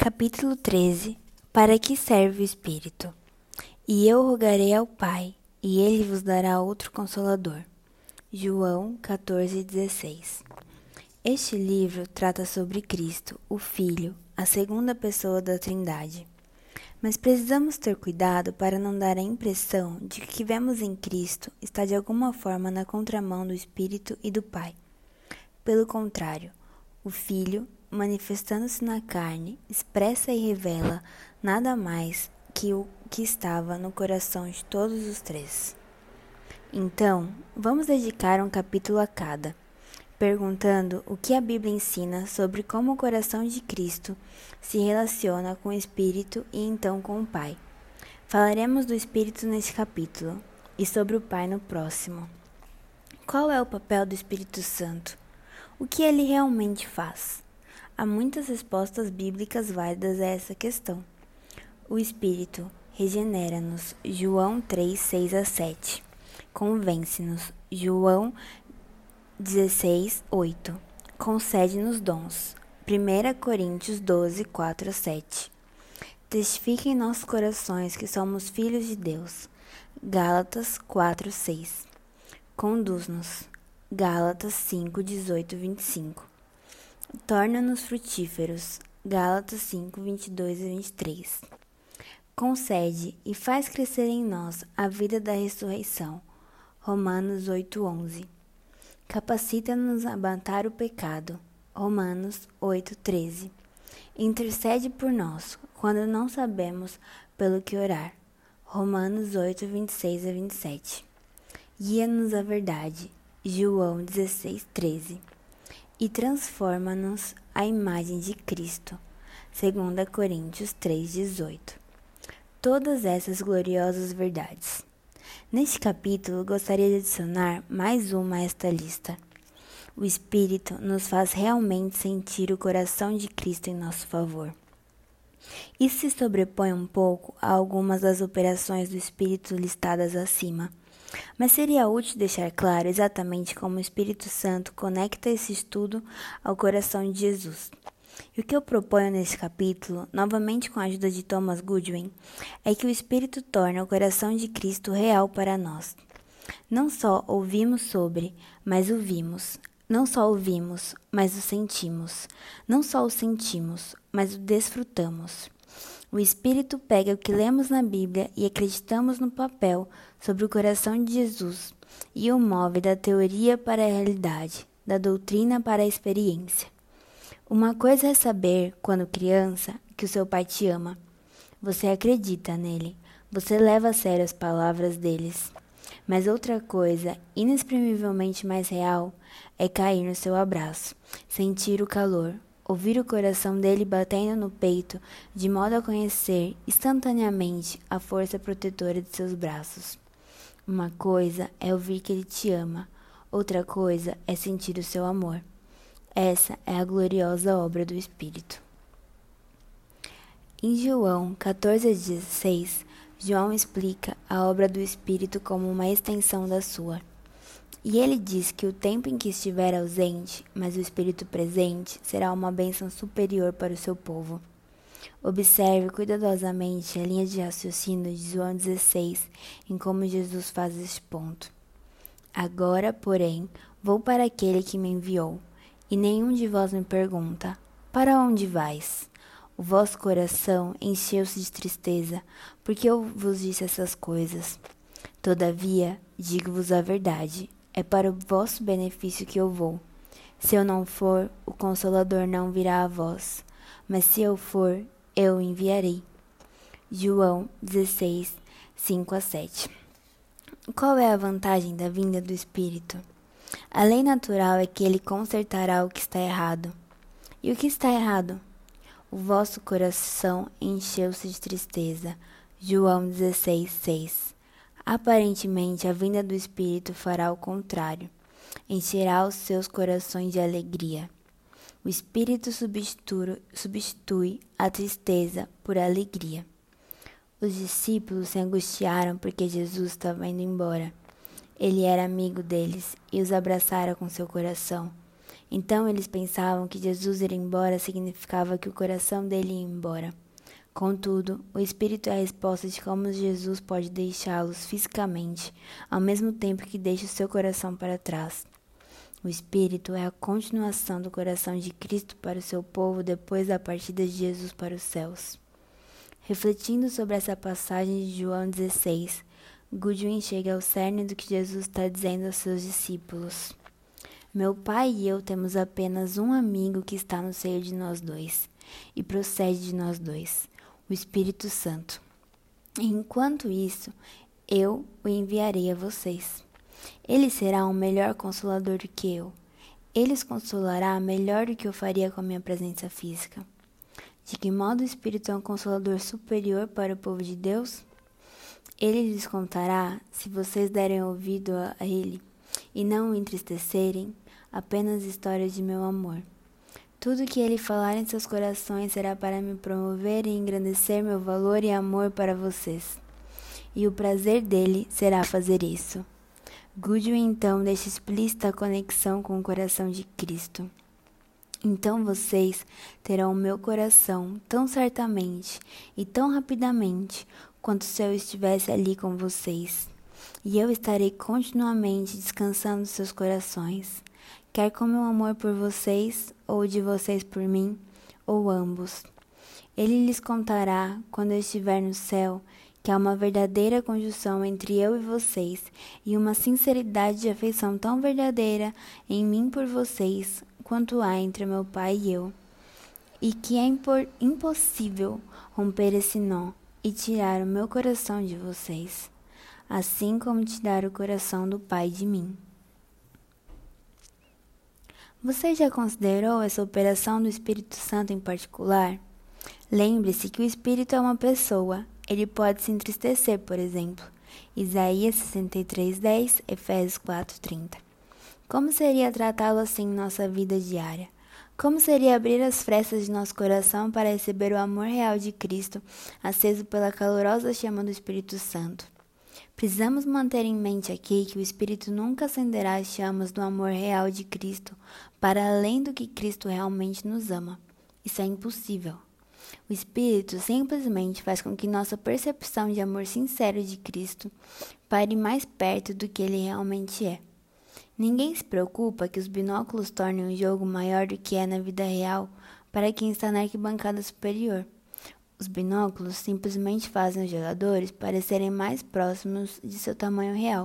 Capítulo 13. Para que serve o Espírito? E eu rogarei ao Pai, e ele vos dará outro Consolador. João 14,16. Este livro trata sobre Cristo, o Filho, a segunda pessoa da Trindade. Mas precisamos ter cuidado para não dar a impressão de que o que vemos em Cristo está de alguma forma na contramão do Espírito e do Pai. Pelo contrário, o Filho, manifestando-se na carne, expressa e revela nada mais que o que estava no coração de todos os três. Então, vamos dedicar um capítulo a cada, perguntando o que a Bíblia ensina sobre como o coração de Cristo se relaciona com o Espírito e então com o Pai. Falaremos do Espírito neste capítulo e sobre o Pai no próximo. Qual é o papel do Espírito Santo? O que ele realmente faz? Há muitas respostas bíblicas válidas a essa questão. O Espírito regenera-nos, João 3, 6 a 7. Convence-nos, João 16, 8. Concede-nos dons, 1 Coríntios 12, 4 a 7. Testifica em nossos corações que somos filhos de Deus, Gálatas 4, 6. Conduz-nos, Gálatas 5, 18 e 25. Torna-nos frutíferos, Gálatas 5, 22 e 23. Concede e faz crescer em nós a vida da ressurreição, Romanos 8, 11. Capacita-nos a matar o pecado, Romanos 8, 13. Intercede por nós, quando não sabemos pelo que orar, Romanos 8, 26 a 27. Guia-nos à verdade, João 16, 13. E transforma-nos à imagem de Cristo, 2 Coríntios 3, 18. Todas essas gloriosas verdades. Neste capítulo, gostaria de adicionar mais uma a esta lista. O Espírito nos faz realmente sentir o coração de Cristo em nosso favor. Isso se sobrepõe um pouco a algumas das operações do Espírito listadas acima. Mas seria útil deixar claro exatamente como o Espírito Santo conecta esse estudo ao coração de Jesus. E o que eu proponho nesse capítulo, novamente com a ajuda de Thomas Goodwin, é que o Espírito torna o coração de Cristo real para nós. Não só ouvimos sobre, mas o vimos. Não só ouvimos, mas o sentimos. Não só o sentimos, mas o desfrutamos. O Espírito pega o que lemos na Bíblia e acreditamos no papel sobre o coração de Jesus e o move da teoria para a realidade, da doutrina para a experiência. Uma coisa é saber, quando criança, que o seu pai te ama. Você acredita nele, você leva a sério as palavras deles. Mas outra coisa, inexprimivelmente mais real, é cair no seu abraço, sentir o calor, ouvir o coração dele batendo no peito, de modo a conhecer instantaneamente a força protetora de seus braços. Uma coisa é ouvir que ele te ama, outra coisa é sentir o seu amor. Essa é a gloriosa obra do Espírito. Em João 14 a 16, João explica a obra do Espírito como uma extensão da sua. E ele diz que o tempo em que estiver ausente, mas o Espírito presente, será uma bênção superior para o seu povo. Observe cuidadosamente a linha de raciocínio de João 16, em como Jesus faz este ponto. Agora, porém, vou para aquele que me enviou, e nenhum de vós me pergunta, para onde vais? O vosso coração encheu-se de tristeza, porque eu vos disse essas coisas. Todavia, digo-vos a verdade, é para o vosso benefício que eu vou. Se eu não for, o Consolador não virá a vós, mas se eu for, eu o enviarei. João 16, 5 a 7. Qual é a vantagem da vinda do Espírito? A lei natural é que ele consertará o que está errado. E o que está errado? O vosso coração encheu-se de tristeza. João 16, 6. Aparentemente, a vinda do Espírito fará o contrário. Encherá os seus corações de alegria. O Espírito substitui a tristeza por alegria. Os discípulos se angustiaram porque Jesus estava indo embora. Ele era amigo deles e os abraçara com seu coração. Então eles pensavam que Jesus ir embora significava que o coração dele ia embora. Contudo, o Espírito é a resposta de como Jesus pode deixá-los fisicamente, ao mesmo tempo que deixa o seu coração para trás. O Espírito é a continuação do coração de Cristo para o seu povo depois da partida de Jesus para os céus. Refletindo sobre essa passagem de João 16, Goodwin chega ao cerne do que Jesus está dizendo aos seus discípulos. Meu Pai e eu temos apenas um amigo que está no seio de nós dois e procede de nós dois, o Espírito Santo. Enquanto isso, eu o enviarei a vocês. Ele será um melhor consolador do que eu. Ele os consolará melhor do que eu faria com a minha presença física. De que modo o Espírito é um consolador superior para o povo de Deus? Ele lhes contará, se vocês derem ouvido a ele e não o entristecerem, apenas histórias de meu amor. Tudo que ele falar em seus corações será para me promover e engrandecer meu valor e amor para vocês. E o prazer dele será fazer isso. Goodwin então deixa explícita a conexão com o coração de Cristo. Então vocês terão o meu coração tão certamente e tão rapidamente quanto se eu estivesse ali com vocês. E eu estarei continuamente descansando nos seus corações, quer com meu amor por vocês, ou de vocês por mim, ou ambos. Ele lhes contará, quando eu estiver no céu, que há uma verdadeira conjunção entre eu e vocês, e uma sinceridade de afeição tão verdadeira em mim por vocês, quanto há entre meu Pai e eu, e que é impossível romper esse nó e tirar o meu coração de vocês, assim como tirar o coração do Pai de mim. Você já considerou essa operação do Espírito Santo em particular? Lembre-se que o Espírito é uma pessoa. Ele pode se entristecer, por exemplo. Isaías 63:10, Efésios 4:30. Como seria tratá-lo assim em nossa vida diária? Como seria abrir as frestas de nosso coração para receber o amor real de Cristo, aceso pela calorosa chama do Espírito Santo? Precisamos manter em mente aqui que o Espírito nunca acenderá as chamas do amor real de Cristo para além do que Cristo realmente nos ama. Isso é impossível. O Espírito simplesmente faz com que nossa percepção de amor sincero de Cristo pare mais perto do que ele realmente é. Ninguém se preocupa que os binóculos tornem o jogo maior do que é na vida real para quem está na arquibancada superior. Os binóculos simplesmente fazem os jogadores parecerem mais próximos de seu tamanho real.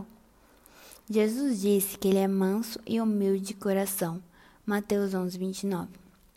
Jesus disse que ele é manso e humilde de coração. Mateus 11:29.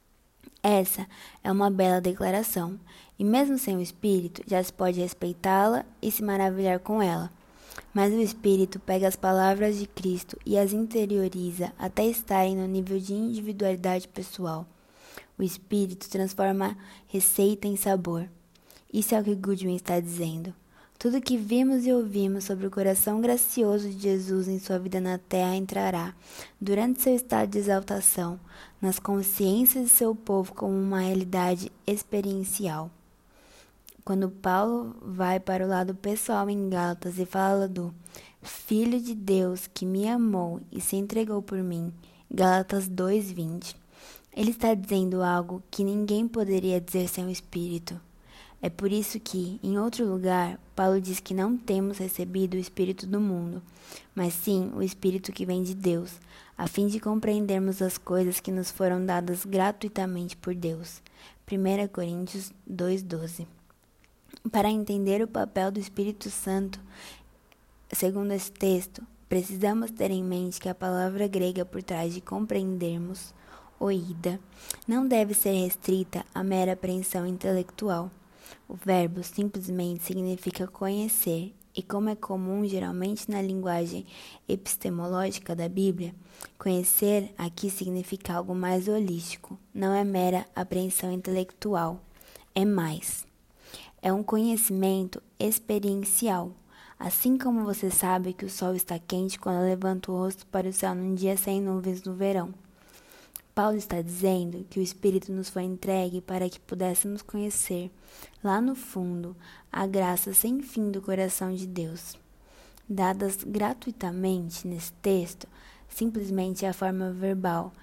Essa é uma bela declaração, e mesmo sem o Espírito, já se pode respeitá-la e se maravilhar com ela. Mas o Espírito pega as palavras de Cristo e as interioriza até estarem no nível de individualidade pessoal. O Espírito transforma receita em sabor. Isso é o que Goodwin está dizendo. Tudo que vimos e ouvimos sobre o coração gracioso de Jesus em sua vida na terra entrará, durante seu estado de exaltação, nas consciências de seu povo como uma realidade experiencial. Quando Paulo vai para o lado pessoal em Gálatas e fala do Filho de Deus que me amou e se entregou por mim, Gálatas 2:20, ele está dizendo algo que ninguém poderia dizer sem o Espírito. É por isso que, em outro lugar, Paulo diz que não temos recebido o Espírito do mundo, mas sim o Espírito que vem de Deus, a fim de compreendermos as coisas que nos foram dadas gratuitamente por Deus. 1 Coríntios 2:12. Para entender o papel do Espírito Santo, segundo esse texto, precisamos ter em mente que a palavra grega por trás de compreendermos, oída, não deve ser restrita à mera apreensão intelectual. O verbo simplesmente significa conhecer, e como é comum geralmente na linguagem epistemológica da Bíblia, conhecer aqui significa algo mais holístico, não é mera apreensão intelectual, é mais. É um conhecimento experiencial, assim como você sabe que o sol está quente quando levanta o rosto para o céu num dia sem nuvens no verão. Paulo está dizendo que o Espírito nos foi entregue para que pudéssemos conhecer, lá no fundo, a graça sem fim do coração de Deus. Dadas gratuitamente nesse texto, simplesmente é a forma verbal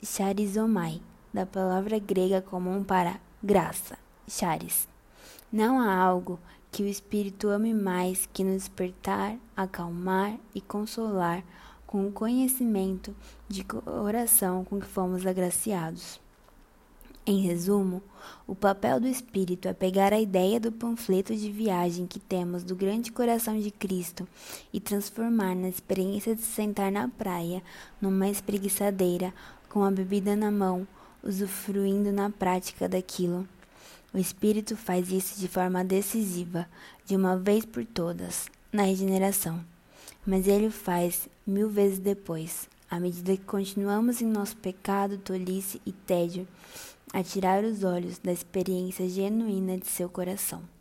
charizomai, da palavra grega comum para graça, charis. Não há algo que o Espírito ame mais que nos despertar, acalmar e consolar com o conhecimento de coração com que fomos agraciados. Em resumo, o papel do Espírito é pegar a ideia do panfleto de viagem que temos do grande coração de Cristo e transformar na experiência de se sentar na praia, numa espreguiçadeira, com a bebida na mão, usufruindo na prática daquilo. O Espírito faz isso de forma decisiva, de uma vez por todas, na regeneração. Mas ele o faz 1000 vezes depois, à medida que continuamos em nosso pecado, tolice e tédio, a tirar os olhos da experiência genuína de seu coração.